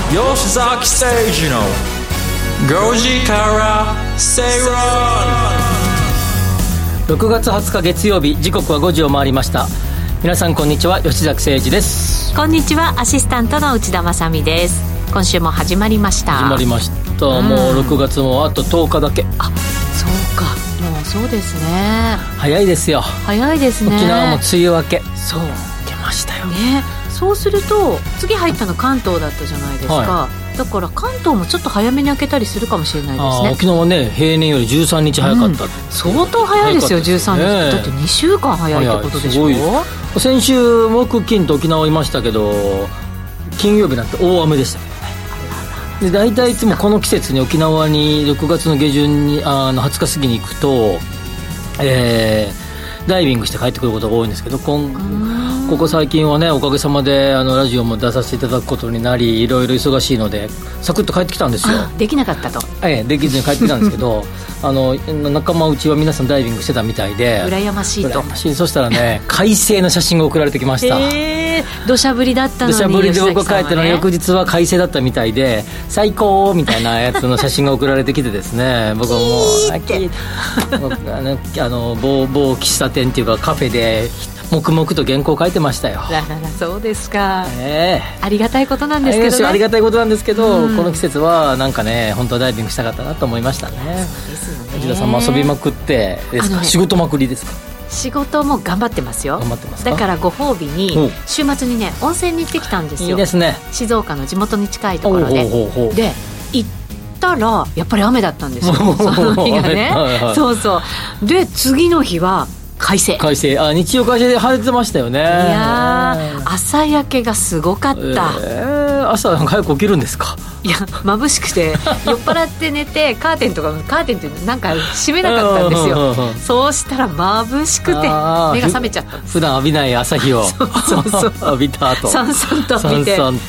吉崎誠二の5時から正論。 6月20日月曜日、時刻は5時を回りました。皆さんこんにちは、吉崎誠二です。 こんにちは、アシスタントの内田まさみです。今週も始まりました。 始まりました、もう6月もあと10日だけ。 あ、そうか、もうそうですね。 早いですよ。 早いですね。 沖縄も梅雨明け、そう出ましたよね。そうすると次入ったの関東だったじゃないですか、はい、だから関東もちょっと早めに開けたりするかもしれないですね。 沖縄はね、平年より13日早かった、 相当早いですよ、13日、だって2週間早いってことでしょ。 先週木金と沖縄いましたけど、金曜日なんて大雨でしたで、大体いつもこの季節に沖縄に6月の下旬に20日過ぎに行くと、ダイビングして帰ってくることが多いんですけど、ここ最近はね、おかげさまでラジオも出させていただくことになり、いろいろ忙しいのでサクッと帰ってきたんですよ。 できなかったと。 できずに帰ってきたんですけど仲間内は皆さんダイビングしてたみたいで羨ましいと。 そしたらね快晴の写真が送られてきました。 土砂降りだったのに、 土砂降りで僕帰っての翌日は快晴だったみたいで、最高みたいなやつの写真が送られてきてですね僕はもう某喫茶店っていうかカフェで黙々と原稿を書いてましたよ。 そうですか、ありがたいことなんですけどね。 ありがたいことなんですけど、この季節はなんかね、本当はダイビングしたかったなと思いましたね。 そうですよね。 内田さんも遊びまくってですか、仕事まくりですか。 仕事も頑張ってますよ。 頑張ってますか。 だからご褒美に週末にね、温泉に行ってきたんですよ。 いいですね。 静岡の地元に近いところで。で行ったらやっぱり雨だったんですよその日がねそうそうで、次の日は快晴。 日曜快晴で晴れてましたよね。いや朝焼けがすごかった。 朝早く起きるんですか。 いや、眩しくて酔っ払って寝てカーテンってなんか閉めなかったんですよそうしたら眩しくて目が覚めちゃったんです。 普段浴びない朝日をそう浴びた後さんさんと浴びて、はい、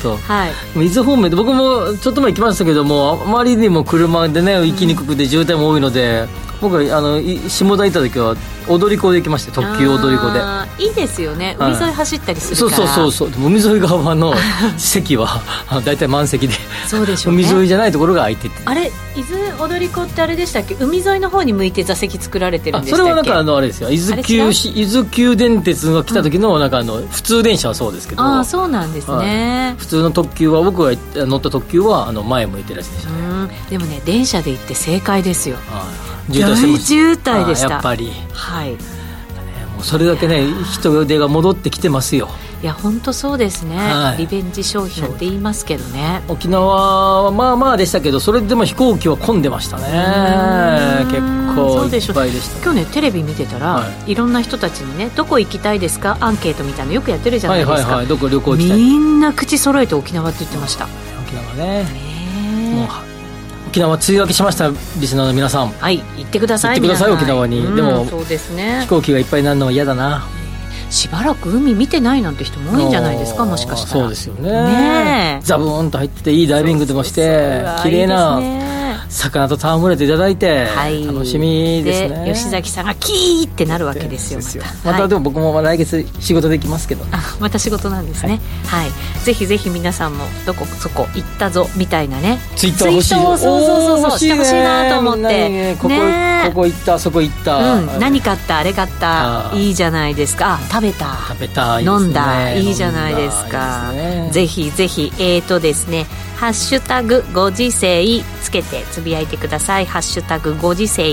伊豆方面で僕もちょっと前行きましたけども、あまりにも車でね行きにくくて渋滞も多いので、僕は下田行った時は踊り子で行きまして、特急踊り子で。 いいですよね、海沿い走ったりするから。 そう海沿い側の席はだいたい満席でそうでしょうね、 海沿いじゃないところが空いてて、 あれ伊豆踊り子ってあれでしたっけ、海沿いの方に向いて座席作られてるんでしたっけ。 それはなんかあれですよ、伊豆急電鉄が来た時のなんか普通電車はそうですけど、 そうなんですね、 普通の特急は、僕が乗った特急は前向いてるやつでしたね。 でもね、電車で行って正解ですよ。 大渋滞でした。 やっぱり、 はい、 もうそれだけね人手が戻ってきてますよ。 いや本当そうですね、リベンジ消費なんて言いますけどね。 沖縄はまあまあでしたけど、それでも飛行機は混んでましたね。結構いっぱいでした。 今日ねテレビ見てたら、いろんな人たちにね、どこ行きたいですかアンケートみたいなのよくやってるじゃないですか、 どこ旅行行きたい。 みんな口揃えて沖縄って言ってました。 沖縄ね、もう沖縄梅雨明けしました。リスナーの皆さん、 はい、行ってください。 沖縄に、でもそうですね、 飛行機がいっぱいになるのは嫌だな。 しばらく海見てないなんて人も多いんじゃないですか、もしかしたら。 そうですよね。ザブーンと入っていいダイビングでもして綺麗な魚と戯れていただいて、楽しみですね。 で吉崎さんがキーってなるわけですよ。 またでも僕も来月仕事できますけど、 また仕事なんですね。ぜひぜひ皆さんもどこそこ行ったぞみたいなね、 ツイート欲しい。 そうしてほしいなと思って、 ここ行った、そこ行った、 何買った、あれ買った、いいじゃないですか。食べた、飲んだ、いいじゃないですか。ぜひぜひですね、ハッシュタグご時世つけてつぶやいてください。ハッシュタグご時世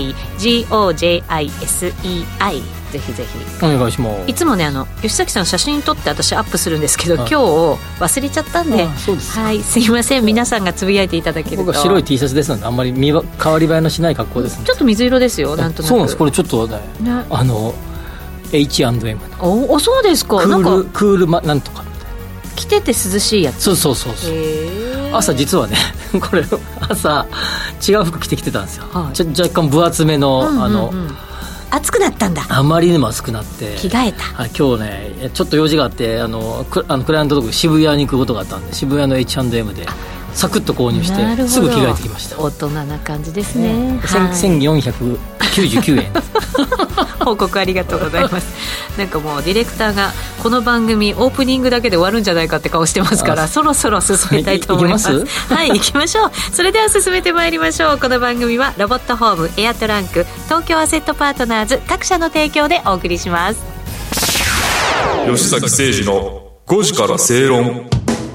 GOJISEI、 ぜひぜひお願いします。 いつもね吉崎さんの写真撮って私アップするんですけど、今日忘れちゃったんで、すいません、皆さんがつぶやいていただけると。 僕は白い T シャツですので、あんまり変わり映えのしない格好ですね。 ちょっと水色ですよ、なんとなく。 そうなんです。これちょっとね、H&M のそうですか。 クールなんとか着てて涼しいやつ。 そう朝実はねこれ朝違う服着てきてたんですよ、若干分厚めの、 暑くなったんだ。 あまりにも暑くなって着替えた、 今日ねちょっと用事があってクライアントとこ渋谷に行くことがあったんで、渋谷の H&M でサクッと購入してすぐ着替えてきました。 大人な感じですね。 1499円報告ありがとうございます。なんかもうディレクターがこの番組オープニングだけで終わるんじゃないかって顔してますから、そろそろ進めたいと思います。はい、行きましょう。それでは進めてまいりましょう。この番組はロボットホームエアトランク、東京アセットパートナーズ各社の提供でお送りします。 吉崎誠二の5時から正論。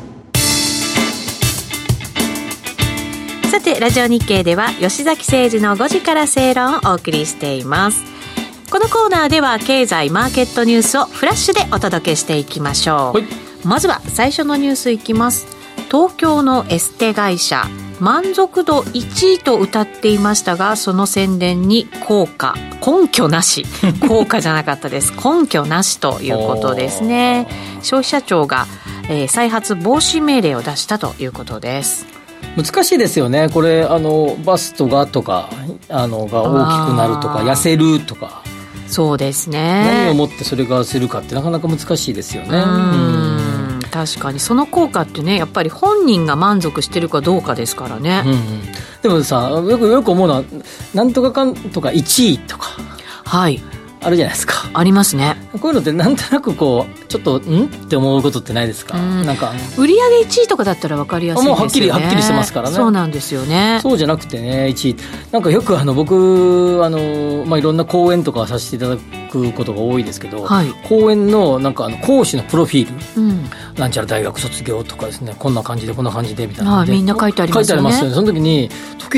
さてラジオ日経では吉崎誠二の5時から正論をお送りしています。このコーナーでは経済マーケットニュースをフラッシュでお届けしていきましょう、はい、まずは最初のニュースいきます。東京のエステ会社満足度1位と謳っていましたが、その宣伝に根拠なし効果じゃなかったです根拠なしということですね。消費者庁が、再発防止命令を出したということです。 難しいですよねこれ。バストがとかが大きくなるとか痩せるとか、 そうですね、 何をもってそれがするかってなかなか難しいですよね。 確かにその効果ってね、やっぱり本人が満足してるかどうかですからね、 でもさ、よく思うのはなんとかかんとか1位とか、 はい、 あるじゃないですか。 ありますね。 こういうのってなんとなくこうちょっとって思うことってないですか。なんか売上1位とかだったら分かりやすいですよね。 もうはっきりしてますからね。 そうなんですよね。 そうじゃなくてね、1位なんかよく僕いろんな講演とかさせていただくことが多いですけど、はい、講演のなんか講師のプロフィール、なんちゃら大学卒業とかですね、こんな感じでこんな感じでみたいな、 みんな書いてありますよね。 書いてありますよね。その時に時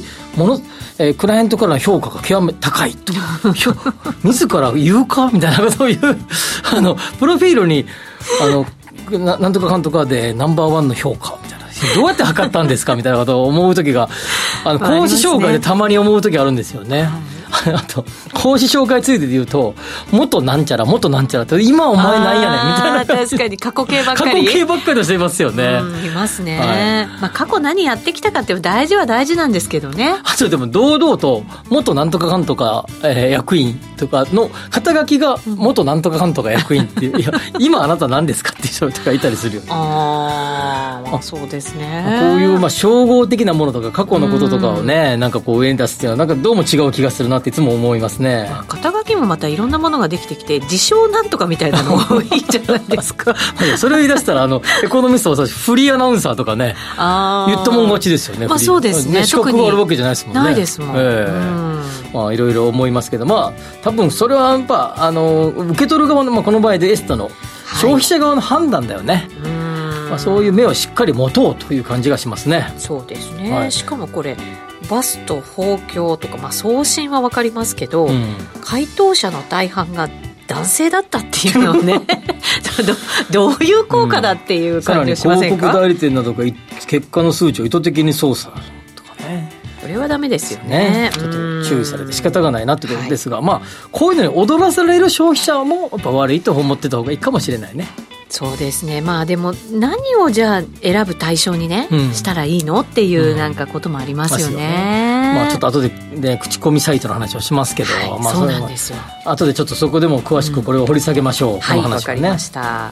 々クライアントからの評価が極め高いと自ら言うかみたいなことを言うプロフィールになんとかかんとかでナンバーワンの評価みたいな、どうやって測ったんですかみたいなことを思う時が講師紹介でたまに思う時あるんですよね。あと講師紹介ついてで言うと元なんちゃらって今お前なんやねんみたいな、 確かに過去形ばっかりとしていますよね。 いますね、過去何やってきたかって大事は大事なんですけどね。 あとでも堂々と元なんとかかんとか、役員とかの肩書きが元なんとかかんとか役員っていういや今あなた何ですかっていう人とかいたりするよね。 そうですね。 こういう称号的なものとか過去のこととかをね、なんかこう上に出すっていうのはなんかどうも違う気がするなっていつも思いますね。 肩書きもまたいろんなものができてきて自称なんとかみたいなの多いじゃないですかそれを言い出したらエコノミストはフリーアナウンサーとかね言ったもん勝ちですよね。 そうですね。 資格があるわけじゃないですもんね。 ないですもん。 いろいろ思いますけど、多分それはやっぱ受け取る側の、この場合でエスタの消費者側の判断だよね。そういう目をしっかり持とうという感じがしますね。 そうですね、しかもこれバスト、豊胸とか、送信は分かりますけど、回答者の大半が男性だったっていうのをねどういう効果だっていう感じがしませんか。 広告代理店などが結果の数値を意図的に操作とかね、 これはダメですよね。 ちょっと注意されて仕方がないなってことですが、こういうのに踊らされる消費者もやっぱ悪いと思ってた方がいいかもしれないね。 そうですね。でも何をじゃあ選ぶ対象にね、したらいいのっていうなんかこともありますよね。 ちょっと後で、口コミサイトの話をしますけど、 そうなんですよ。 後でちょっとそこでも詳しくこれを掘り下げましょう。この話をね。 わかりました。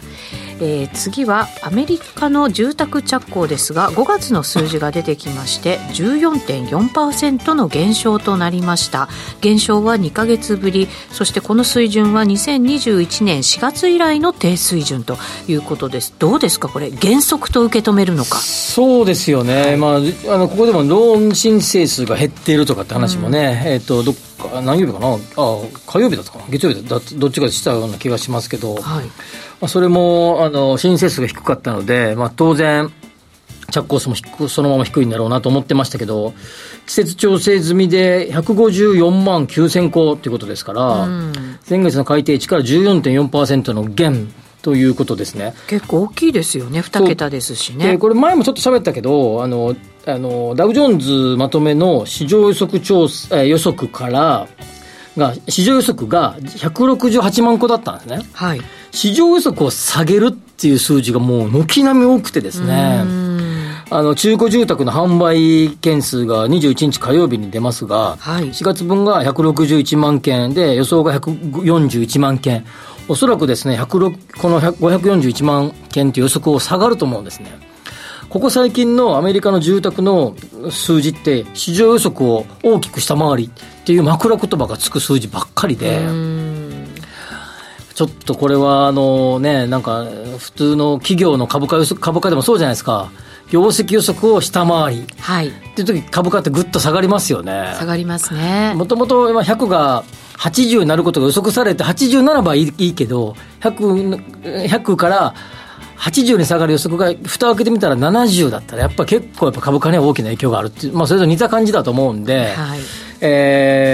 次はアメリカの住宅着工ですが、5月の数字が出てきまして 14.4% の減少となりました。減少は2ヶ月ぶり、そしてこの水準は2021年4月以来の低水準ということです。どうですかこれ、減速と受け止めるのか。 そうですよね、ここでもローン申請数が減っているとかって話もね、どっか何曜日かな、火曜日だったかな月曜日だどっちかでしたような気がしますけど、それも申請数が低かったので、当然着工数もそのまま低いんだろうなと思ってましたけど、季節調整済みで154万9000戸ということですから、先月の改定値から 14.4% の減ということですね。 結構大きいですよね。2桁ですしね。 これ前もちょっと喋ったけど、ダウジョーンズまとめの市場予測予測から市場予測が168万戸だったんですね。市場予測を下げるっていう数字がもう軒並み多くてですね、中古住宅の販売件数が21日火曜日に出ますが、4月分が161万件で予想が141万件、おそらくですねこの541万件という予測を下がると思うんですね。 ここ最近のアメリカの住宅の数字って市場予測を大きく下回りっていう枕言葉がつく数字ばっかりで、ちょっとこれはなんか普通の企業の株価でもそうじゃないですか。業績予測を下回り、はい、っていう時株価ってぐっと下がりますよね。 下がりますね。 もともと100が80になることが予測されて87はいいけど 100から80に下がる予測が蓋を開けてみたら70だったらやっぱ結構株価には大きな影響があるっていう、それと似た感じだと思うんで、はい、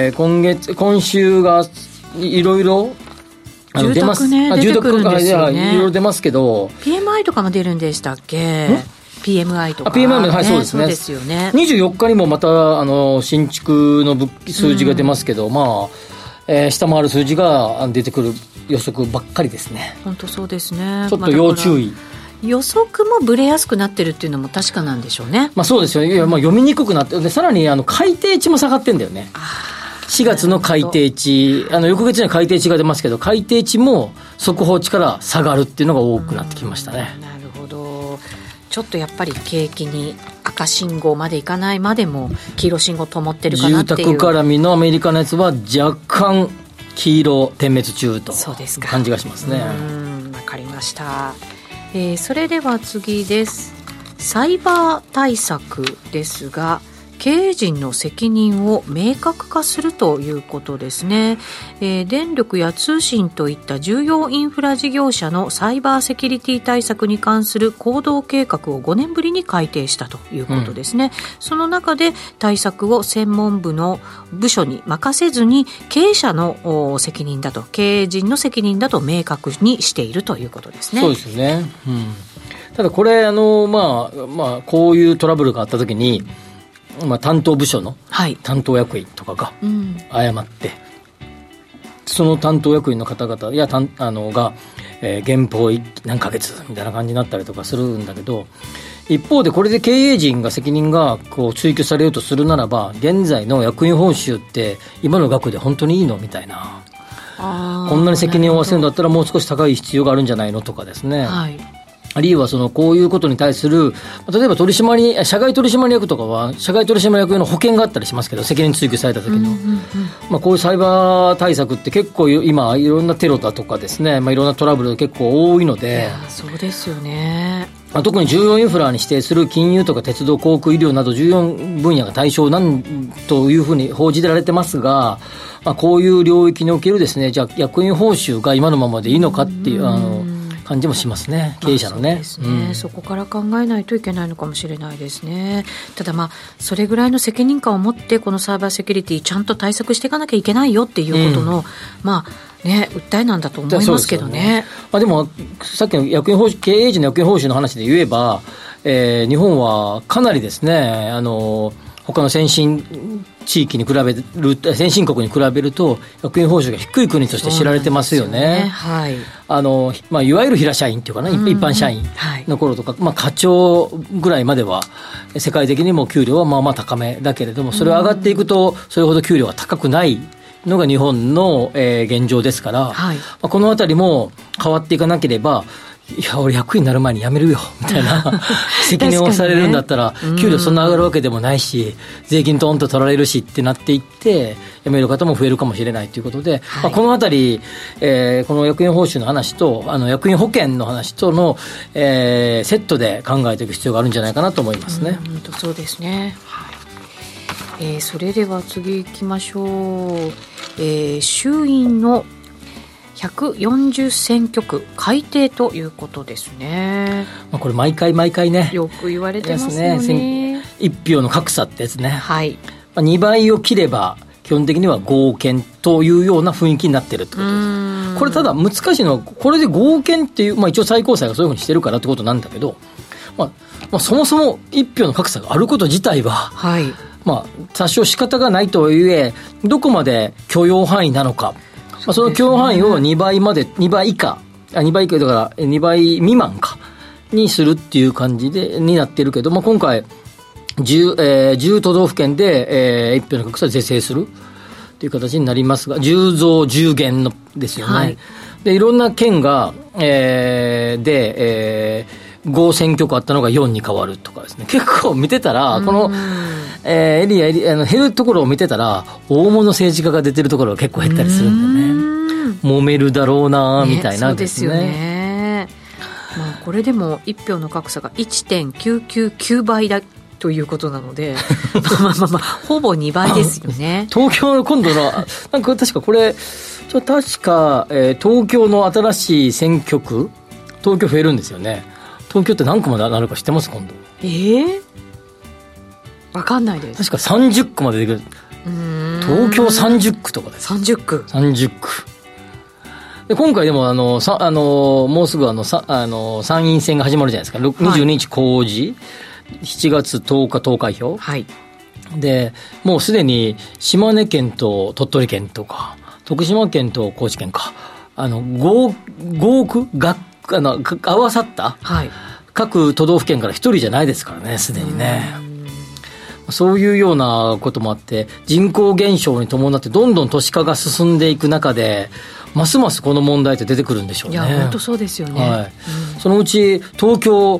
今週がいろいろ住宅ね出てくるんですよね。 いろいろ出ますけど PMI とかも出るんでしたっけ。PMI とか、 PMI も、はい、そうですね。 そうですよね。 24日にもまた新築の数字が出ますけど、下回る数字が出てくる予測ばっかりですね。 本当そうですね。 ちょっと要注意。 予測もブレやすくなってるっていうのも確かなんでしょうね。 そうですよね。読みにくくなってで、さらに改定値も下がってんだよね。4月の改定値、翌月には改定値が出ますけど、改定値も速報値から下がるっていうのが多くなってきましたね。 なるほど。ちょっとやっぱり景気に赤信号までいかないまでも黄色信号灯ってるかなっていう。 住宅絡みのアメリカのやつは若干黄色点滅中と感じがしますね。 わかりました。それでは次です。サイバー対策ですが、経営陣の責任を明確化するということですね。電力や通信といった重要インフラ事業者のサイバーセキュリティ対策に関する行動計画を5年ぶりに改定したということですね。その中で対策を専門部の部署に任せずに経営者の責任だと、経営陣の責任だと明確にしているということですね。 そうですね。ただこれこういうトラブルがあったときに担当部署の担当役員とかが誤って、その担当役員の方々やが、減俸何ヶ月みたいな感じになったりとかするんだけど、一方でこれで経営陣が責任が追及されようとするならば、現在の役員報酬って今の額で本当にいいのみたいな、こんなに責任を負わせるんだったらもう少し高い必要があるんじゃないのとかですね、あるいはこういうことに対する、例えば社外取締役とかは社外取締役用の保険があったりしますけど、責任追及された時の、こういうサイバー対策って結構今いろんなテロだとかですね、いろんなトラブル結構多いので。 そうですよね。 特に重要インフラに指定する金融とか鉄道、航空、医療など重要分野が対象なんというふうに報じられてますが、こういう領域におけるですね、じゃあ役員報酬が今のままでいいのかっていう感じもしますね、経営者のね。 そうですね、そこから考えないといけないのかもしれないですね。ただそれぐらいの責任感を持ってこのサイバーセキュリティちゃんと対策していかなきゃいけないよっていうことの、訴えなんだと思いますけどね。 でもさっきの経営陣の役員報酬の話で言えば、日本はかなりですね、他の先進地域に比べる、先進国に比べると役員報酬が低い国として知られてますよね。いわゆる平社員っていうかな、一般社員の頃とか、課長ぐらいまでは世界的にも給料は高めだけれども、それを上がっていくとそれほど給料が高くないのが日本の、現状ですから、このあたりも変わっていかなければ、いや俺役員になる前に辞めるよみたいな責任をされるんだったら、給料そんな上がるわけでもないし、税金トンと取られるしってなっていって辞める方も増えるかもしれないということで、このあたり、この役員報酬の話と役員保険の話との、セットで考えていく必要があるんじゃないかなと思いますね。 そうですね。それでは次行きましょう。衆院の140選挙区改定ということですね。 これ毎回ねよく言われてますよね。 一票の格差ってやつね、2倍を切れば基本的には合憲というような雰囲気になってるってことです。これただ難しいのは、これで合憲っていう、一応最高裁がそういうふうにしてるからってことなんだけど、そもそも一票の格差があること自体は、多少仕方がないとはいえ、どこまで許容範囲なのか、その許容範囲を2倍まで、2倍以下だから2倍未満かにするっていう感じになってるけど、今回 10都道府県で、1票の格差を是正するという形になりますが、10増10減のですよね。でいろんな県が、 5選挙区あったのが4に変わるとかですね、結構見てたらこの、エリア減るところを見てたら大物政治家が出てるところが結構減ったりするんでね、揉めるだろうなみたいなですね。 そうですよね。まあ、これでも1票の格差が 1.999 倍だということなのでまあほぼ2倍ですよね。 東京の今度のなんか確かこれ確か、東京の新しい選挙区、東京増えるんですよね。東京って何区までなるか知ってます今度。 分かんないです。 確か30区まで出てくる。東京30区とかです。 30区で今回でももうすぐ参院選が始まるじゃないですか。22日公示、7月10日投開票、はい、でもうすでに島根県と鳥取県とか徳島県と高知県か5区合わさった、はい、各都道府県から1人じゃないですからね、すでにね。そういうようなこともあって人口減少に伴ってどんどん都市化が進んでいく中でますますこの問題って出てくるんでしょうね。 いや本当そうですよね、はい、 そのうち東京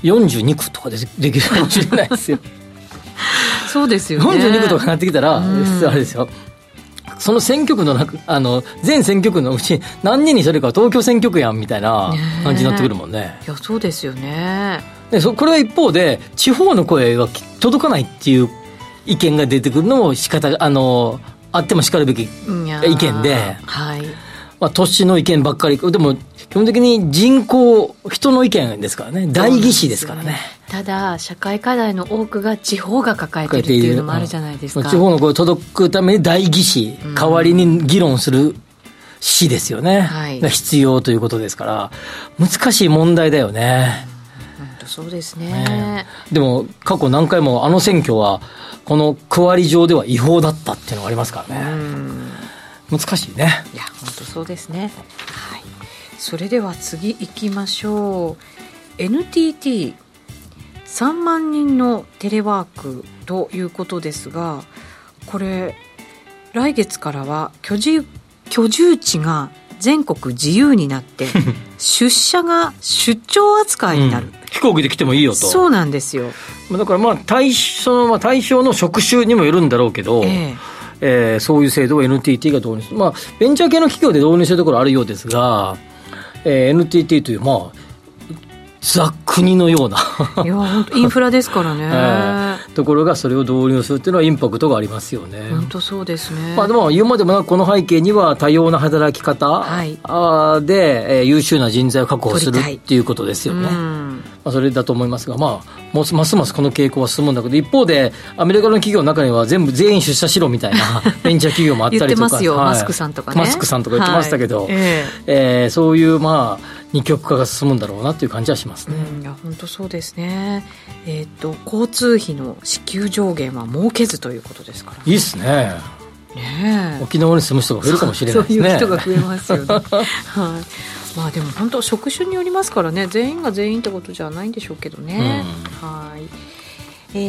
42区とかでできるかもしれないですよそうですよね。 42区とかなってきたら、あれですよ、その選挙区の全選挙区のうち何人にそれか東京選挙区やんみたいな感じになってくるもんね。 いやそうですよね。 でこれは一方で地方の声が届かないっていう意見が出てくるのもあってもしかるべき意見で、はい、まあ、都市の意見ばっかりでも基本的に人の意見ですからね、代議士ですからね。 ただ社会課題の多くが地方が抱えているっていうのもあるじゃないですか。 地方の声届くために代議士、代わりに議論する市ですよね、はい、が必要ということですから難しい問題だよね。 本当そうですね。 でも過去何回も選挙はこの区割り上では違法だったっていうのがありますからね。難しいね。 いや本当そうですね、はい。それでは次行きましょう。 NTT3 万人のテレワークということですが、これ来月からは居住地が全国自由になって出社が出張扱いになる、 飛行機で来てもいいよと。 そうなんですよ。 だから対象の職種にもよるんだろうけど、そういう制度を NTT が導入する、ベンチャー系の企業で導入しているところあるようですが、NTT というザ・国のようないや本当インフラですからね、 ところがそれを導入するっていうのはインパクトがありますよね。 本当そうですね。 でも言うまでもなくこの背景には多様な働き方、で、優秀な人材を確保するっていうことですよね。それだと思いますが、ますますこの傾向は進むんだけど、一方でアメリカの企業の中には全員出社しろみたいなベンチャー企業もあったりとか言ってますよ、マスクさんとかね。 マスクさんとか言ってましたけど、そういう二極化が進むんだろうなっていう感じはしますね。 いや本当そうですね。交通費の支給上限は設けずということですから、ね、 いいですね。沖縄に住む人が増えるかもしれないですね。 そういう人が増えますよねはい。でも本当職種によりますからね、全員が全員ってことじゃないんでしょうけどね、はい。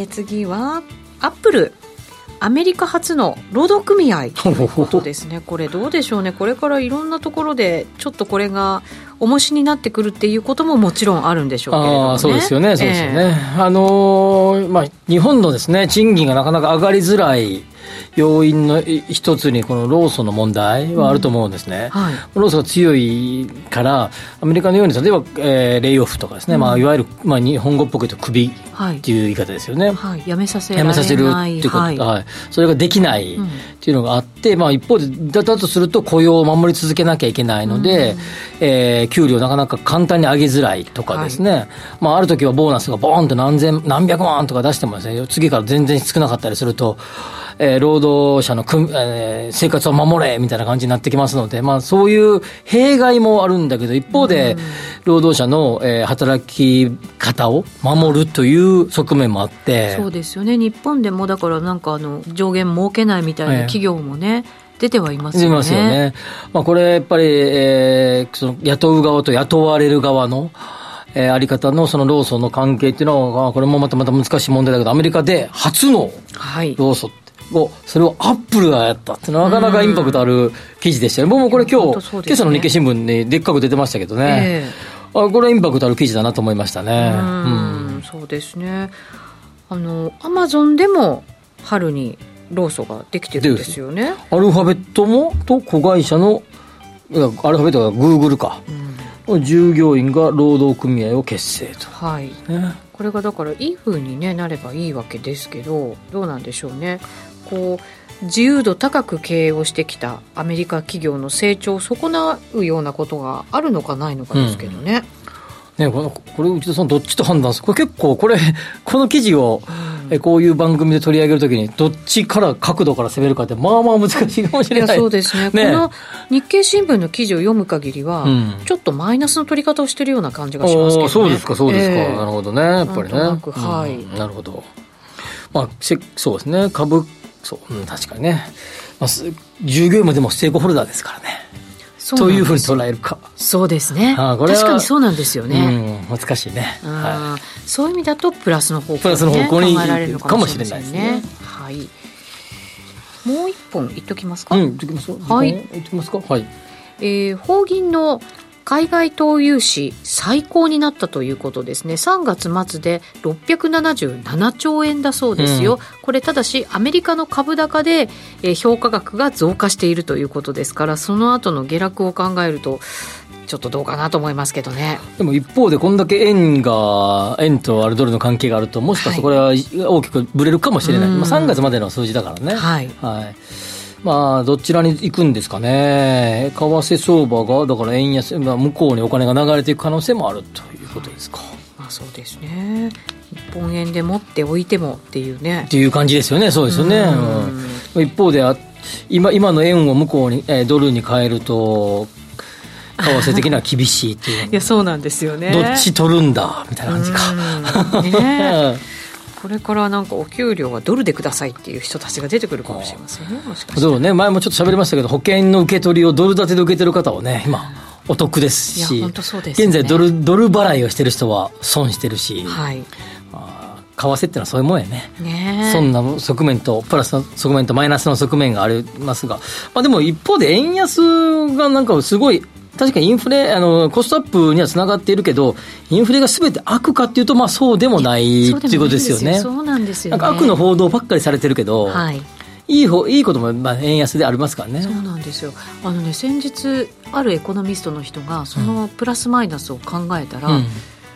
次はアップル、アメリカ初の労働組合ということですねこれどうでしょうね。これからいろんなところでちょっとこれが重しになってくるっていうことももちろんあるんでしょうけれどもね。 そうですよね、そうですよね。日本のですね賃金がなかなか上がりづらい要因の一つにこの労組の問題はあると思うんですね、労組が強いからアメリカのように例えば、レイオフとかですね、いわゆる、日本語っぽく言うとクビっていう言い方ですよね、 辞めさせるっていうこと、それができないっていうのがあって、一方でだとすると雇用を守り続けなきゃいけないので、給料なかなか簡単に上げづらいとかですね、ある時はボーナスがボーンと何百万とか出してもですね、次から全然少なかったりすると労働者の生活を守れみたいな感じになってきますので、そういう弊害もあるんだけど、一方で労働者の、働き方を守るという側面もあって、 そうですよね。日本でもだから上限設けないみたいな企業もね、出てはいますよね。 出ますよね。これやっぱり、その雇う側と雇われる側のあり方のその労組の関係っていうのはこれもまた難しい問題だけど、アメリカで初の労組それをアップルがやったってなかなかインパクトある記事でしたね。僕もこれ今朝の日経新聞にでっかく出てましたけどね、 これインパクトある記事だなと思いましたね。 そうですね。アマゾンでも春に労組ができてるんですよね。 アルファベットもと子会社のアルファベットがグーグルか、従業員が労働組合を結成と、 はいね、これがだからいい風に、ね、なればいいわけですけど、どうなんでしょうね。こう自由度高く経営をしてきたアメリカ企業の成長を損なうようなことがあるのかないのかですけどね。 ね、これ内田さんどっちと判断する？これ結構この記事を、こういう番組で取り上げるときにどっちから角度から攻めるかってまあまあ難しいかもしれない。 いやそうですね。この日経新聞の記事を読む限りは、ちょっとマイナスの取り方をしているような感じがしますけどね。 そうですかそうですか、なるほどね、やっぱりね。 なんとなく、はい、 なるほど。まあそうですね、株そう、確かにね、従業員もでもステークホルダーですからね。というふうに捉えるか。 そうですね。確かにそうなんですよね。 難しいね、はい。 そういう意味だとプラスの方向に、考えられるのかもしれないですね。はい。もう一本いっときますか。 いっときます。はい。いっときますか。はい。 邦銀の海外投融資最高になったということですね。3月末で677兆円だそうですよ、これただしアメリカの株高で、評価額が増加しているということですから、その後の下落を考えるとちょっとどうかなと思いますけどね。 でも一方でこんだけ円とあるドルの関係があると、もしかしてこれは大きくブレるかもしれない、3月までの数字だからね。はい、はい。まあ、どちらに行くんですかね。為替相場がだから円安、向こうにお金が流れていく可能性もあるということですか。 まあ、そうですね。日本円で持っておいてもっていうね。 っていう感じですよね。そうですよね。一方で今の円を向こうに、ドルに変えると為替的には厳しいっていう。 いやそうなんですよね。 どっち取るんだみたいな感じか。 ねこれからなんかお給料はドルでくださいっていう人たちが出てくるかもしれませんね。もしかしてね、前もちょっと喋りましたけど、保険の受け取りをドル建てで受けてる方はね、今お得ですし、 いや本当そうですね、 現在ドル払いをしてる人は損してるし、はい、為替ってのはそういうもんやね。そんな側面とプラスの側面とマイナスの側面がありますが、でも一方で円安がなんかすごい、確かにインフレコストアップにはつながっているけど、インフレが全て悪かっていうと、そうでもないっていうことですよね。 そうなんですよね。 なんか悪の報道ばっかりされてるけど、はい、いいことも円安でありますからね。 そうなんですよ。先日あるエコノミストの人がそのプラスマイナスを考えたら、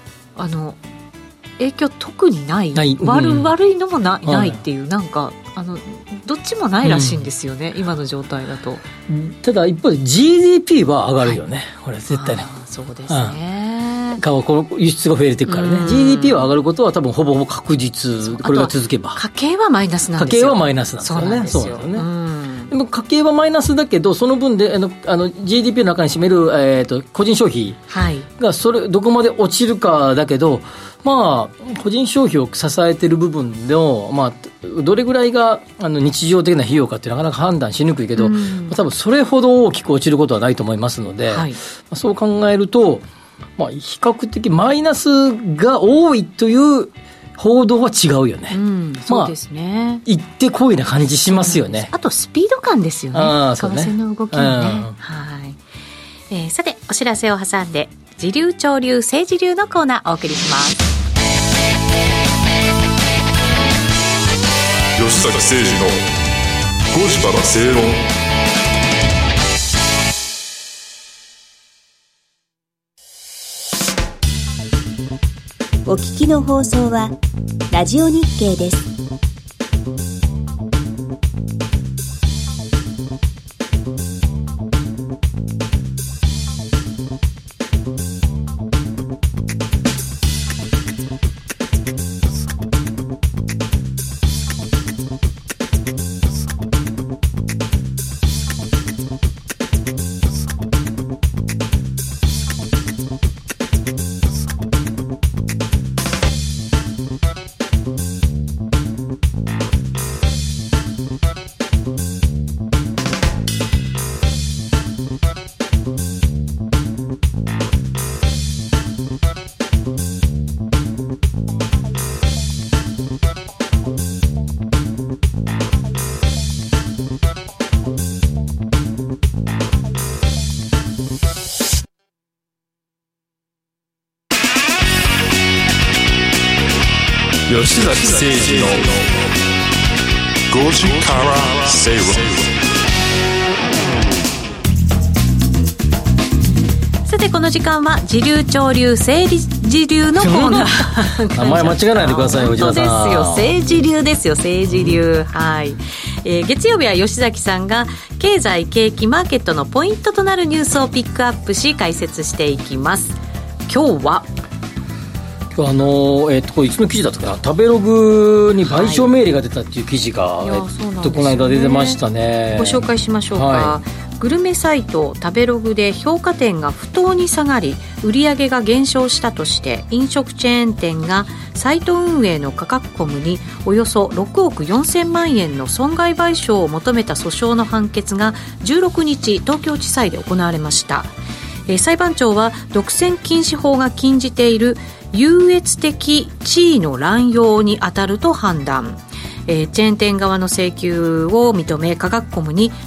影響特にない、悪いのもないっていう、なんかどっちもないらしいんですよね、今の状態だと。 ただ一方で GDP は上がるよね、これ絶対ね。 そうですね、 この輸出が増えていくからね、GDP は上がることは多分ほぼほぼ確実。これが続けば家計はマイナスなんですよ。 家計はマイナスなんですよね。そうなんですよね。でも家計はマイナスだけど、その分でGDP の中に占める、個人消費がどこまで落ちるかだけど、個人消費を支えている部分の、どれぐらいが日常的な費用かっていうのはなかなか判断しにくいけど、多分それほど大きく落ちることはないと思いますので、そう考えると、比較的マイナスが多いという報道は違うよね。 そうですね。 行ってこいな感じしますよね。 あとスピード感ですよね。為替の動きもね。さてお知らせを挟んで、時流潮流政治流のコーナーお送りします。 吉坂誠二の5時から正論。 お聞きの放送はラジオ日経です。 吉崎誠二の5時から正論。 さてこの時間は時流潮流政治流のコーナー名前間違えないでください。 本当ですよ、政治流ですよ、政治流。はい、月曜日は吉崎さんが経済景気マーケットのポイントとなるニュースをピックアップし解説していきます。今日はこれいつの記事だったかな、食べログに賠償命令が出たっていう記事が、この間出てましたね。 ご紹介しましょうか。グルメサイト食べログで評価点が不当に下がり売上が減少したとして飲食チェーン店がサイト運営のカカクコムにおよそ6億4000万円の損害賠償を求めた訴訟の判決が16日東京地裁で行われました。裁判長は独占禁止法が禁じている優越的地位の乱用に当たると判断。チェーン店側の請求を認めカカクコムに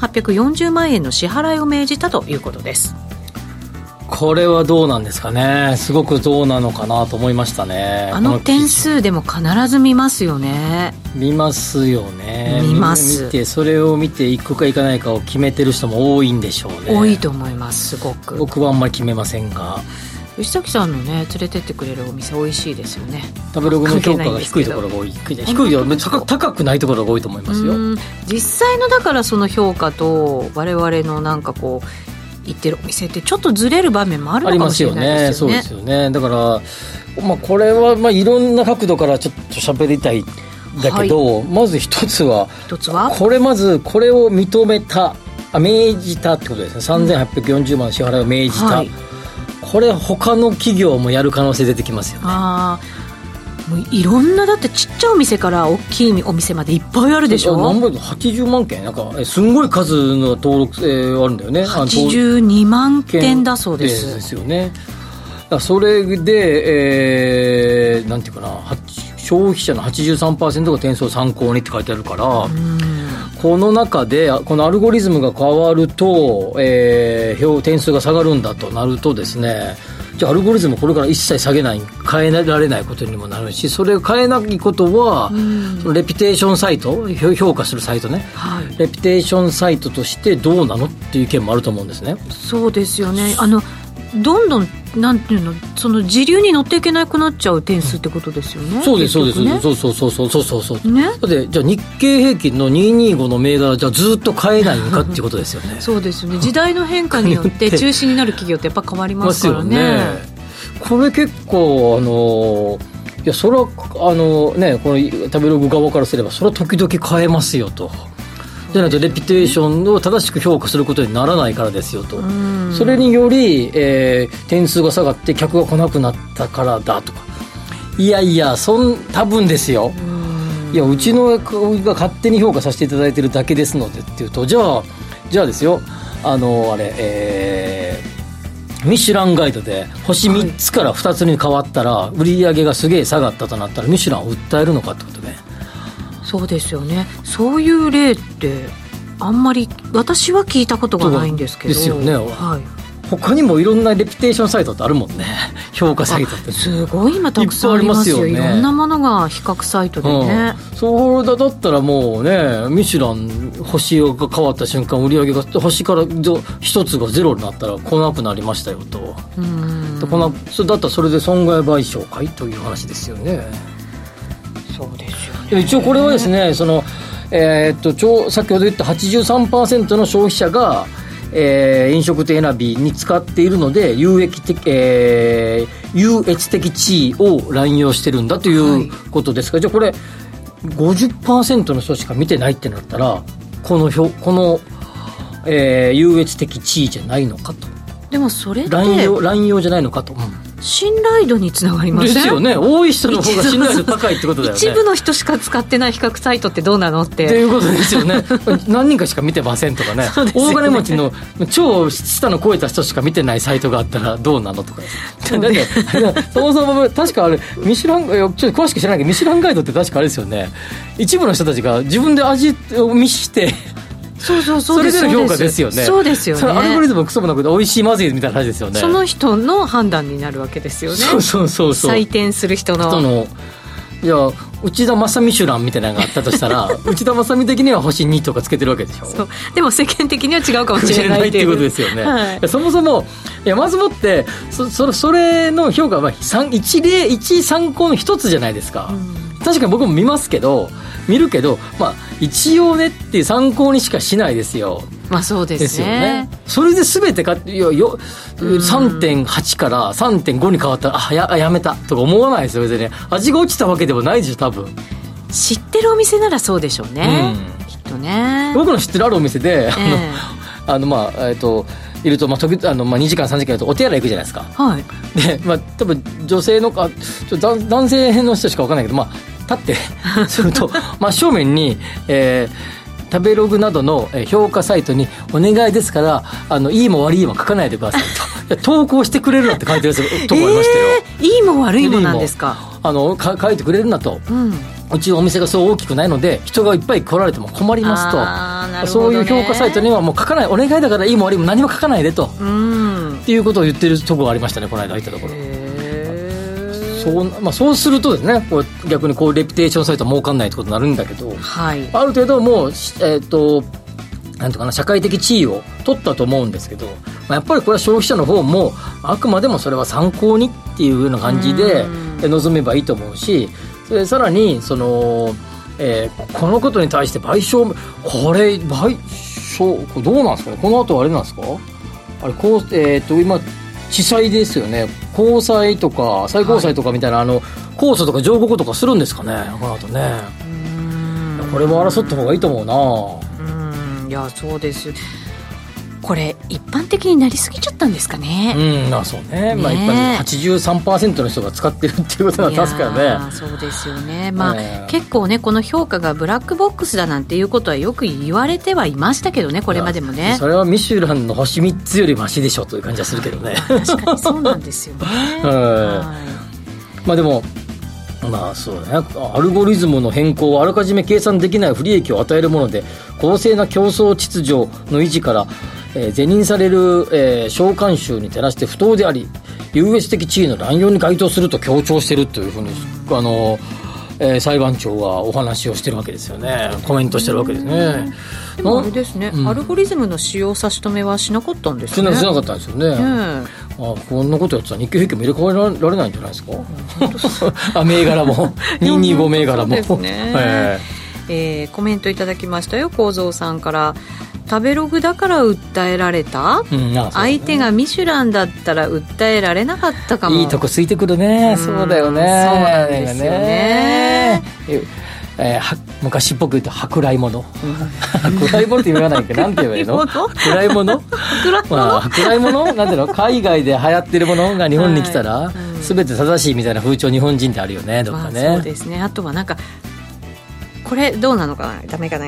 3840万円の支払いを命じたということです。 これはどうなんですかね。すごくどうなのかなと思いましたね。 あの点数でも必ず見ますよね。 見ますよね。 見ます。 見てそれを見ていくかいかないかを決めてる人も多いんでしょうね。 多いと思います。すごく僕はあんまり決めませんが、 吉崎さんのね連れてってくれるお店美味しいですよね。 食べログの評価が低いところが多い。低いよ、高くないところが多いと思いますよ。 実際のだからその評価と我々のなんかこう行ってるお店ってちょっとずれる場面もあるのかもしれないですよね。 そうですよね。だから、これはいろんな角度からちょっと喋りたいんだけど、まず一つはまずこれを認めた命じたってことですね。3840万支払いを命じた、これ他の企業もやる可能性出てきますよね。 もういろんなだってちっちゃいお店から大きいお店までいっぱいあるでしょ。 何倍だ80万件なんかすんごい数の登録、あるんだよね。 82万件だそうです。 ですよね。それで、なんていうかな、消費者の 83% が点数を参考にって書いてあるから、この中でこのアルゴリズムが変わると、点数が下がるんだとなるとですね、じゃあアルゴリズムこれから一切下げない、変えられないことにもなるし、それを変えないことは、そのレピュテーションサイト、評価するサイトね、レピュテーションサイトとしてどうなのっていう意見もあると思うんですね。そうですよね。 どんどんなんていうの、その時流に乗っていけなくなっちゃう点数ってことですよね。 そうですそうです、ね、そうね。だってじゃあ日経平均の225の銘柄じゃあずっと買えないのかっていうことですよね。 そうですよね。時代の変化によって中止になる企業ってやっぱ変わりますからね。 これ結構いやそれはこの食べログ側からすればそれは時々変えますよと。じゃないとレピュテーションを正しく評価することにならないからですよと。それにより、点数が下がって客が来なくなったからだとか、いやいや多分ですよ。いやうちのが勝手に評価させていただいてるだけですのでっていうと、じゃあですよ、ミシュランガイドで星3つから2つに変わったら、売り上げがすげえ下がったとなったらミシュランを訴えるのかってことね。 そうですよね。そういう例ってあんまり私は聞いたことがないんですけど。 ですよね。他にもいろんなレピュテーションサイトってあるもんね。評価サイトってすごい今たくさんありますよ。いろんなものが比較サイトでね。 そうだったらもうね、ミシュラン星が変わった瞬間、売り上げが星から一つがゼロになったら来なくなりましたよと。だったらそれで損害賠償かいという話ですよね。 そうですよね。 一応これはですね、さっきほど言った 83% の消費者が、飲食店選びに使っているので優越的地位を乱用してるんだということですが、じゃあこれ 50% の人しか見てないってなったらこの優越的地位じゃないのかと。 でもそれって乱用じゃないのかと、 信頼度につながりません？ ですよね。多い人の方が信頼度高いってことだよね。 一部の人しか使ってない比較サイトってどうなのっていうことですよね。何人かしか見てませんとかね。大金持ちの超下の超えた人しか見てないサイトがあったらどうなのとか。だってそもそも確かあれミシュラン、ちょっと詳しく知らないけどミシュランガイドって確かあれですよね。一部の人たちが自分で味を見してそれでの評価ですよね。 そうですよね。 アルゴリズムクソもなくて美味しいまずいみたいな話ですよね。 その人の判断になるわけですよね。 そう採点する人のじゃあ内田正美シュランみたいなのがあったとしたら内田正美的には星2とかつけてるわけでしょ。 そうでも世間的には違うかもしれないっていうことですよね、 はい、 そもそもまずもってそれの評価は一参考の一つじゃないですか、確かに僕も見ますけど見るけど、まあ、一応ねっていう参考にしかしないですよ。 まあそうですね。 それで全て3.8 から 3.5 に変わったらやめたとか思わないですよ別に。味が落ちたわけでもないでしょ多分。 知ってるお店ならそうでしょうね、きっとね。 僕の知ってるあるお店でいると、2時間3時間やるとお手洗い行くじゃないですか、はい、で、多分女性の男性の人しか分からないけど、立ってすると真正面に、食べログなどの評価サイトにお願いですからいいも悪いも書かないでくださいと投稿してくれるなって書いてるとこありましたよ、 いいも悪いもなんですか。 書いてくれるなと、うちのお店がそう大きくないので人がいっぱい来られても困りますと、そういう評価サイトにはもう書かない、お願いだからいいも悪いも何も書かないでと、っていうことを言ってるところがありましたねこの間行ったところ。そうするとですね逆にレピュテーションサイトは儲かんないってことになるんだけど、はい、ある程度もうなんとかな社会的地位を取ったと思うんですけど、やっぱりこれは消費者の方もあくまでもそれは参考にっていう風な感じで臨めばいいと思うし、それさらにこのことに対して賠償これどうなんですかね。この後あれなんですかあれ今地裁ですよね。高裁とか最高裁とかみたいな、控訴とか上告とかするんですかねこの後ね。これも争った方がいいと思うな。 いやそうです。これ一般的になりすぎちゃったんですかね。 そうね、一般 83% の人が使ってるっていうことは確かね。 そうですよね、結構ねこの評価がブラックボックスだなんていうことはよく言われてはいましたけどねこれまでもね。 それはミシュランの星3つよりマシでしょという感じはするけどね確かにそうなんですよねでもそうね、アルゴリズムの変更はあらかじめ計算できない不利益を与えるもので公正な競争秩序の維持から是認される、召喚集に照らして不当であり優越的地位の乱用に該当すると強調しているというふうに裁判長はお話をしてるわけですよね。コメントしてるわけですね。 でもあれですね、アルゴリズムの使用差し止めはしなかったんですね。 しなかったんですよね、こんなことやってたら日経平均も入れ替えられないんじゃないですか銘柄も225銘柄もそうですね、 コメントいただきましたよ。幸三さんから食べログだから訴えられた、相手がミシュランだったら訴えられなかったかも。 いいとこついてくるね、そうだよね。 そうなんですよね。 昔っぽく言うと舶来物、舶来物って言わないけどなんて言えばいいの舶来物舶来物なんていうの海外で流行ってるものが日本に来たら、全て正しいみたいな風潮日本人ってあるよねどっかね、 そうですね。あとはなんかこれどうなのかな、ダメかな、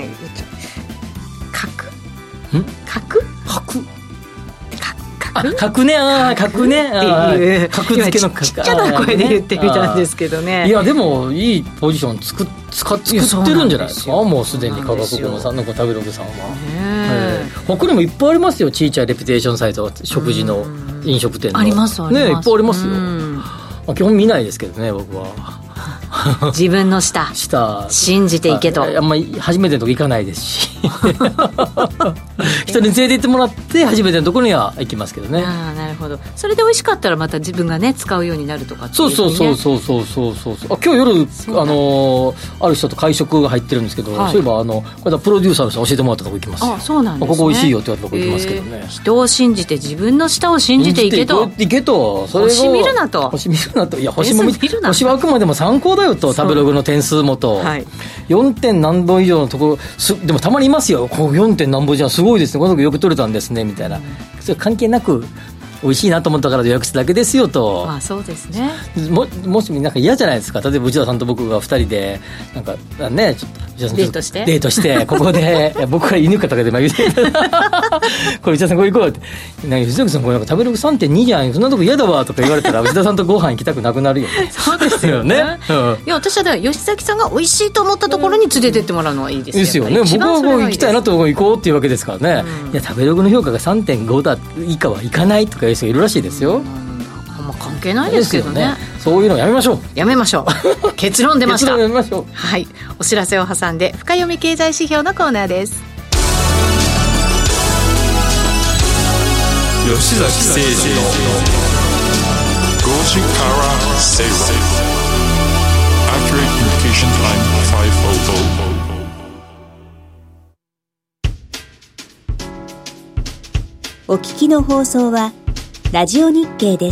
角ね、角ね、角付けのちっちゃな声で言ってみたんですけどね。 いやでもいいポジション作ってるんじゃないですか。もうすでに科学部さんの食べログさんは他にもいっぱいありますよ。ちいちゃいレピュテーションサイト、食事の飲食店のありますね、 いっぱいありますよ。基本見ないですけどね僕は自分の舌信じていけと。 あんまり初めてのとこ行かないですし人に連れて行ってもらって初めてのところには行きますけどね。 なるほど。それで美味しかったらまた自分がね使うようになるとかっていう、ね、 そう今日夜ある人と会食が入ってるんですけど、そういえばこれプロデューサーの人教えてもらったとこ行きますよ。 そうなんですね。 ここ美味しいよって言われたとこ行きますけどね、 人を信じて自分の舌を信じていけと。それを星見るなと。 いや星はあくまでも参考だよと。食べログの点数もと、4. 点何本以上のところでもたまにいますよ。こう 4. 点何本じゃすごいですね、この時よく取れたんですねみたいな、それ関係なく美味しいなと思ったから予約しただけですよと。 そうですね。 もしなんか嫌じゃないですか。例えば内田さんと僕が2人でなんかねちょっとデートしてここで僕が犬かとかで言うてこれ内田さんこれ行こうって藤崎さんこれなんか食べログ 3.2 じゃんそんなとこ嫌だわとか言われたら内田さんとご飯行きたくなくなるよねそうですよね、いや私は吉崎さんが美味しいと思ったところに連れてってもらうのはいいですよですよね。僕はこう行きたいなと行こうっていうわけですからね、いや食べログの評価が 3.5 だ以下は行かないとかいう人いるらしいですよ。 まあ、関係ないですけど ねそういうのやめましょう結論出ました結論やめましょう。 はい、お知らせを挟んで深読み経済指標のコーナーです。 吉崎誠二の5時から正論 Accurate Communication Time 500。 お聞きの放送はラジオ日経です。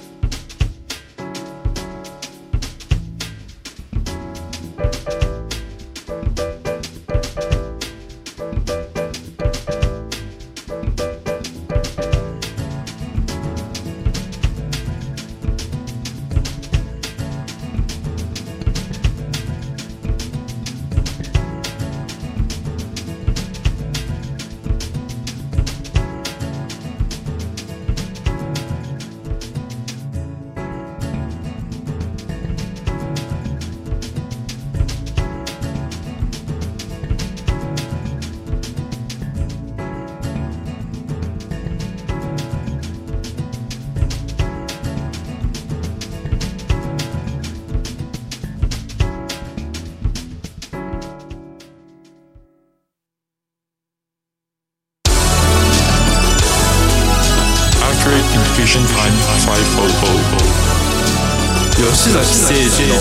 吉崎誠二の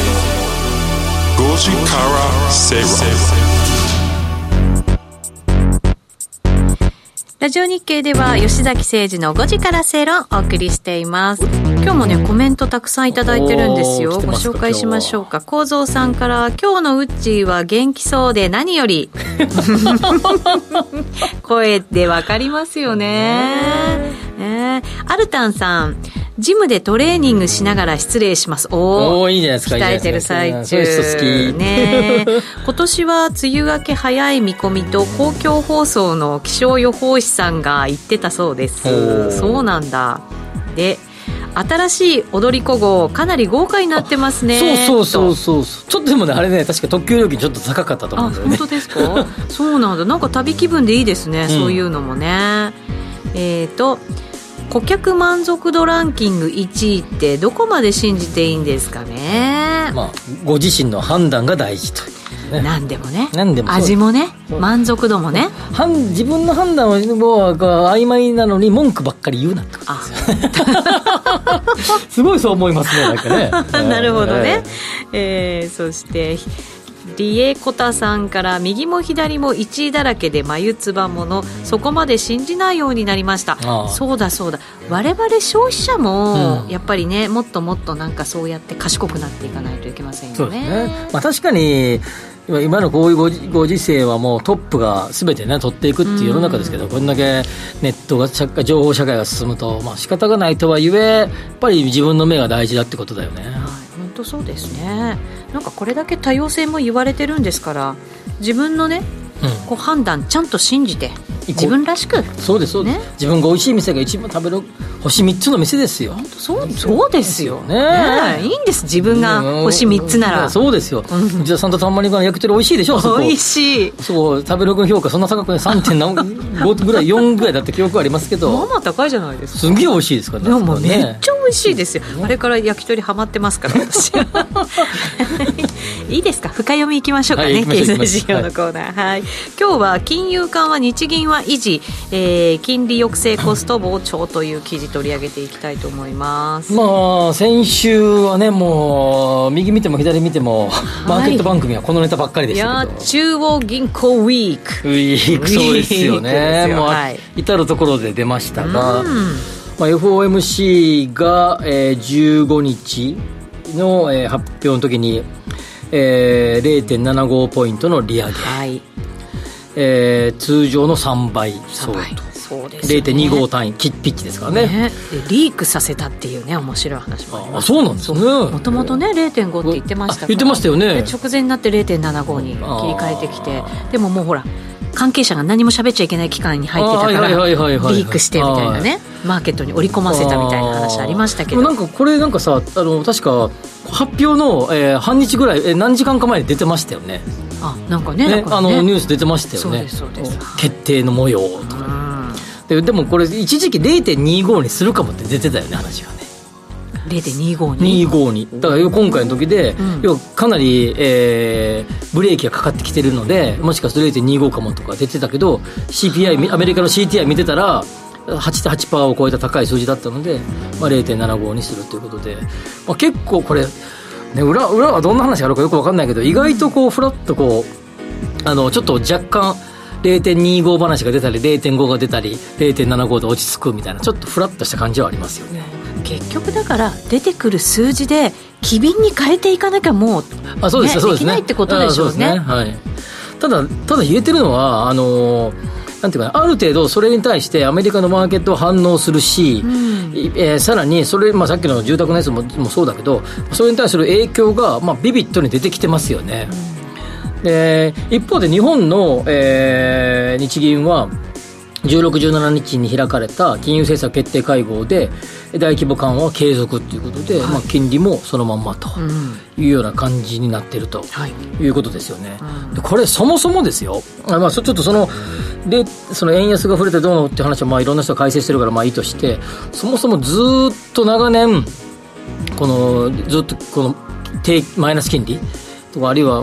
5時から正論。 ラジオ日経では吉崎誠二の5時から正論をお送りしています。今日もねコメントたくさんいただいてるんですよ。ご紹介しましょうか。幸三さんから、今日のウッチーは元気そうで何より声でわかりますよね。アルタンさん、ジムでトレーニングしながら失礼します。 おー、いいじゃないですか。 鍛えてる最中そういう人好きね。今年は梅雨明け早い見込みと公共放送の気象予報士さんが言ってたそうです。そうなんだ。で、新しい踊り子号かなり豪華になってますね。 そうちょっとでもね、あれね、確か特急料金ちょっと高かったと思うんだよね。 あ、本当ですか？そうなんだ。なんか旅気分でいいですね、そういうのもね。顧客満足度ランキング1位ってどこまで信じていいんですかね。 まあ、ご自身の判断が大事という、ね、 何でもね、 味もね、満足度もね、 自分の判断は曖昧なのに文句ばっかり言うなってことですよ。すごいそう思いますね、なんかね。 なるほどね。そしてリエコタさんから、右も左も1位だらけで眉唾もの、そこまで信じないようになりました。そうだ我々消費者もやっぱりね、もっともっとなんかそうやって賢くなっていかないといけませんよね。 そうですね。まあ、確かに今のこういうご時世はもうトップが全てね取っていくっていう世の中ですけど、こんだけネットが情報社会が進むと、まあ仕方がないとはいえやっぱり自分の目が大事だってことだよね。 本当そうですね。なんかこれだけ多様性も言われてるんですから、自分のね、こう判断ちゃんと信じて自分らしく。 そうです、ね、自分が美味しい店が一番食べる星3つの店ですよ。 そうですよね。いいんです、自分が星3つなら。 そうですよ。じゃあサンタタンマリカの焼き鳥美味しいでしょ。 美味しい。 そう食べログ評価そんな高くない 3.5 ぐらい4ぐらいだって記憶ありますけど、 まあまあ高いじゃないですか。 すげえ美味しいですからね。 でもめっちゃ美味しいですよ。あれから焼き鳥ハマってますから私。いいですか、深読みいきましょうかね、経済指標のコーナー。はい、今日は金融緩和日銀は維持、金利抑制コスト膨張という記事取り上げていきたいと思います。 まあ先週はね、もう右見ても左見ても、マーケット番組はこのネタばっかりでしたけど、 いや中央銀行ウィークそうですよね。もう、至るところで出ましたが、まあ、FOMC が、15日の、発表の時に、0.75 ポイントの利上げ、通常の3倍相当、そうですね、0.25 単位ピッチですから ね。 リークさせたっていうね、面白い話もあります。 そうなんですね。 もともとね 0.5 って言ってましたから、 言ってましたよね。 直前になって 0.75 に切り替えてきて、でももうほら関係者が何も喋っちゃいけない期間に入ってたからリークしてみたいなね、マーケットに織り込ませたみたいな話ありましたけど、 なんかこれなんかさ、確か発表の、半日ぐらい、何時間か前に出てましたよね。 なんかね、 ニュース出てましたよね。 そうです決定の模様とか、でもこれ一時期 0.25 にするかもって出てたよね、話がね。 0.25 にだから今回の時で、要はかなり、ブレーキがかかってきてるので、もしかすると 0.25 かもとか出てたけど CPI アメリカの CTI 見てたら 8% を超えた高い数字だったので、0.75 にするということで、結構これ、ね、裏はどんな話があるかよく分かんないけど、意外とこうフラッとこうちょっと若干0.25 話が出たり 0.5 が出たり 0.75 で落ち着くみたいな、ちょっとフラッとした感じはありますよね。 結局だから出てくる数字で機敏に変えていかなきゃもう、 そうですね、 できないってことでしょうね。 はい、ただ言えてるのはなんていうかな、ある程度それに対してアメリカのマーケットは反応するし、さらにそれ、さっきの住宅のやつもそうだけど、それに対する影響が、ビビッドに出てきてますよね。一方で日本の、日銀は16、17日に開かれた金融政策決定会合で大規模緩和は継続ということで、金利もそのまんまというような感じになっているということですよね。でこれそもそもですよ、ちょっとその円安が触れてどうのって話は、いろんな人が解説してるからいいとして、そもそもずっと長年ずっとこのマイナス金利とか、あるいは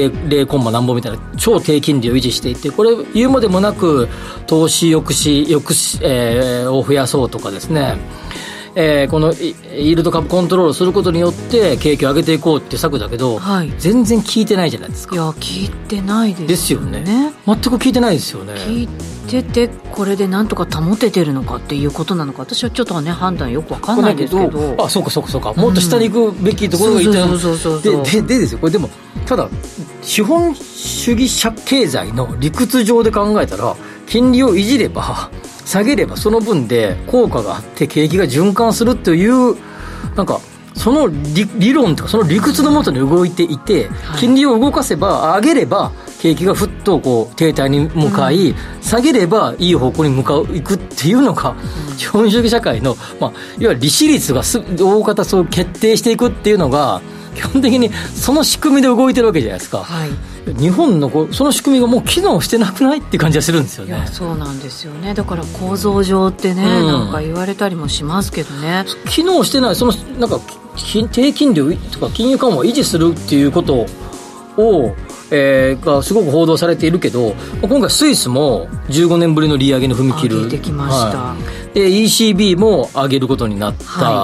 0コンマ何本みたいな超低金利を維持していて、これ言うまでもなく投資抑止、を増やそうとかですね、このイールドカップコントロールすることによって景気を上げていこうって策だけど、全然効いてないじゃないですか。 いや効いてないですよね。 全く効いてないですよね。 効いててこれでなんとか保ててるのかっていうことなのか、私はちょっとね判断よく分かんないですけど、 そうか、もっと下に行くべきところがいたでですよ。これでもただ資本主義者経済の理屈上で考えたら、金利をいじれば下げればその分で効果があって景気が循環するという、なんかその 理論とかその理屈のもとに動いていて、金利を動かせば上げれば景気がふっとこう停滞に向かい、下げればいい方向に行くっていうのが、資本主義社会の、いわゆる利子率が大方そう決定していくっていうのが基本的にその仕組みで動いてるわけじゃないですか。日本のその仕組みがもう機能してなくないって感じがするんですよね。 いやそうなんですよね。だから構造上ってね、なんか言われたりもしますけどね、 機能してない、なんか低金利とか金融緩和を維持するっていうことを、がすごく報道されているけど、今回スイスも15年ぶりの利上げに踏み切る、 上げてきました、 で ECB も上げることになった、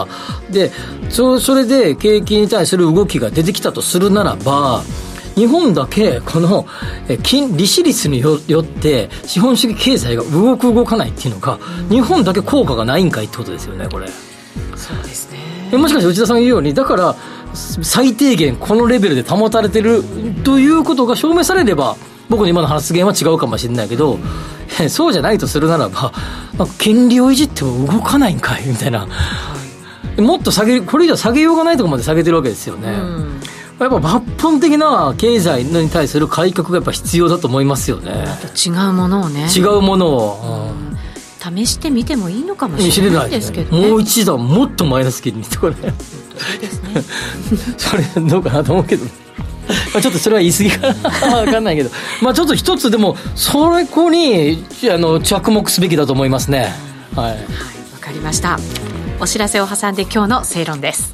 でそれで景気に対する動きが出てきたとするならば、日本だけこの利子率によって資本主義経済が動かないっていうのが、日本だけ効果がないんかいってことですよね。これそうですね。 もしかして内田さんが言うように、だから最低限このレベルで保たれてるということが証明されれば、僕の今の発言は違うかもしれないけど、そうじゃないとするならば、金利をいじっても動かないんかいみたいな、もっとこれ以上下げようがないところまで下げてるわけですよね。やっぱ抜本的な経済に対する改革がやっぱ必要だと思いますよね。 違うものをね、 違うものを、 試してみてもいいのかもしれないですけどね。 もう一段もっとマイナス金利とかね。 そうですねそれどうかなと思うけどちょっとそれは言い過ぎかな分かんないけど、ちょっと一つでもそこに着目すべきだと思いますね。わかりました。お知らせを挟んで今日の正論です。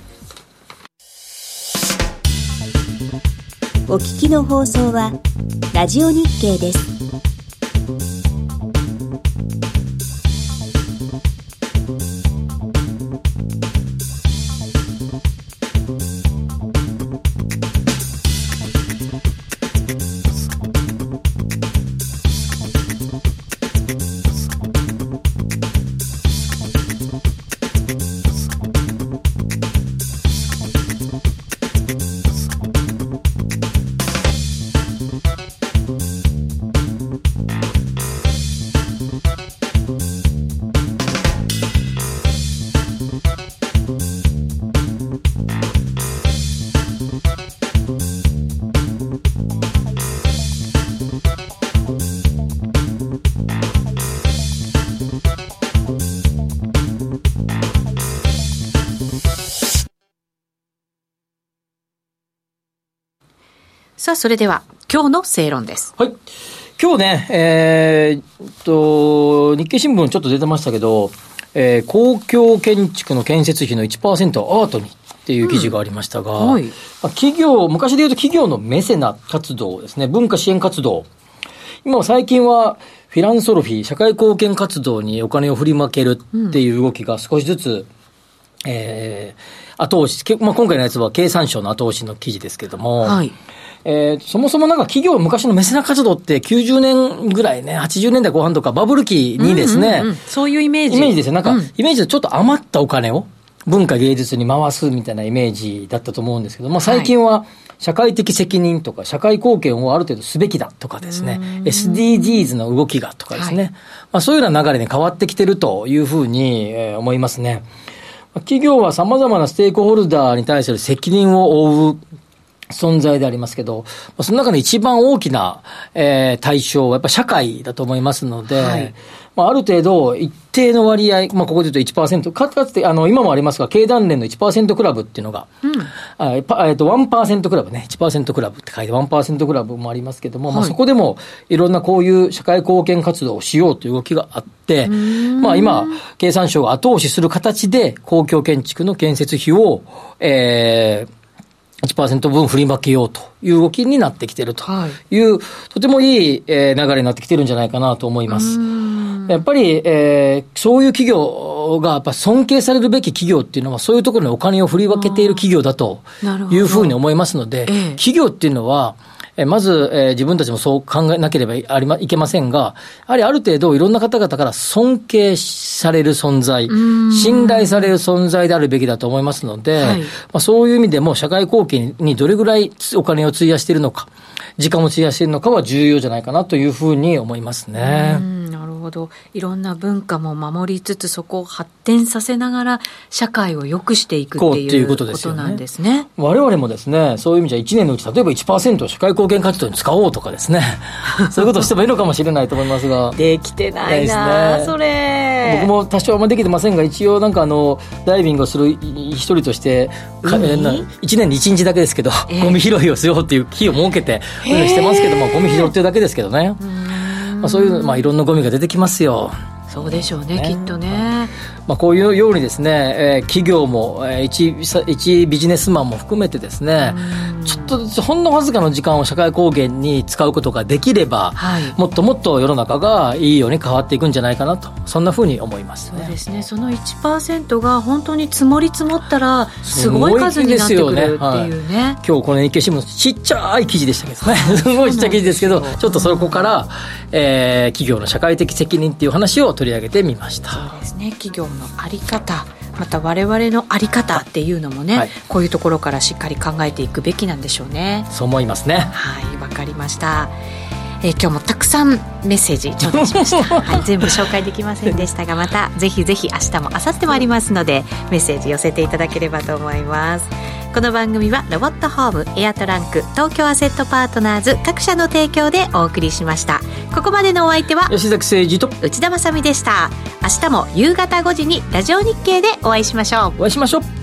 お聞きの放送はラジオ日経です。 さあそれでは今日の正論です。 今日ね、日経新聞ちょっと出てましたけど、 公共建築の建設費の 1% をアートにっていう記事がありましたが、はい、企業、昔で言うと企業のメセナ活動ですね、文化支援活動。今は最近はフィランソロフィー、社会貢献活動にお金を振りまけるっていう動きが少しずつ、後押し、今回のやつは経産省の後押しの記事ですけれども、はい、そもそもなんか企業昔のメセナ活動って90年ぐらいね、80年代後半とかバブル期にですね、 そういうイメージですよ。なんか、イメージでちょっと余ったお金を文化芸術に回すみたいなイメージだったと思うんですけども、最近は社会的責任とか社会貢献をある程度すべきだとかですね、SDGs の動きがとかですね、そういうような流れに変わってきてるというふうに思いますね。企業は様々なステークホルダーに対する責任を負う存在でありますけど、その中で一番大きな、対象はやっぱ社会だと思いますので、はい、ある程度一定の割合、ここで言うと 1%、かつて今もありますが、経団連の 1% クラブっていうのが、1% クラブね、1% クラブって書いて 1% クラブもありますけども、はい、そこでもいろんなこういう社会貢献活動をしようという動きがあって、今、経産省が後押しする形で公共建築の建設費を、1% 分振りまけようという動きになってきているという、はい、とてもいい、流れになってきてるんじゃないかなと思います。やっぱり、そういう企業がやっぱ尊敬されるべき企業っていうのはそういうところにお金を振り分けている企業だというふうに思いますので、企業っていうのはまず、自分たちもそう考えなければいけませんが、やはりある程度いろんな方々から尊敬される存在、信頼される存在であるべきだと思いますので、はい、そういう意味でも社会貢献にどれぐらいお金を費やしているのか、時間を費やしているのかは重要じゃないかなというふうに思いますね。 なるほど。いろんな文化も守りつつそこを発展させながら社会を良くしていくっていうことなんですね。 我々もですね、そういう意味じゃ1年のうち例えば 1% を社会貢献活動に使おうとかですねそういうことをしてもいいのかもしれないと思いますができてないな、ね、それ僕も多少あんまできてませんが、一応なんかダイビングをする一人として1年に1日だけですけど、ゴミ拾いをしようっていう日を設けてしてますけど、ゴミ拾ってるだけですけどね。そういう、いろんなゴミが出てきますよ。 そうでしょうね、きっとね。 こういうようにですね、企業も一ビジネスマンも含めてですね、ちょっとずつほんのわずかの時間を社会貢献に使うことができれば、はい、もっともっと世の中がいいように変わっていくんじゃないかなと、そんなふうに思いますね。 そうですね。その 1% が本当に積もり積もったらすごい数になってくるっていうね。はい、 今日この日経新聞ちっちゃい記事でしたけどねすごいちっちゃい記事ですけど、ちょっとそこから、企業の社会的責任っていう話を取り上げてみました。 そうですね。企業の在り方、また我々の在り方っていうのもね、はい、こういうところからしっかり考えていくべきなんでしょうね。 そう思いますね。 はい、わかりました。今日もたくさんメッセージ頂戴しました、はい、全部紹介できませんでしたが、またぜひぜひ明日も明後日もありますのでメッセージ寄せていただければと思います。この番組はロボットホーム、エアトランク、東京アセットパートナーズ各社の提供でお送りしました。ここまでのお相手は吉崎誠二と内田まさみでした。明日も夕方5時にラジオ日経でお会いしましょう。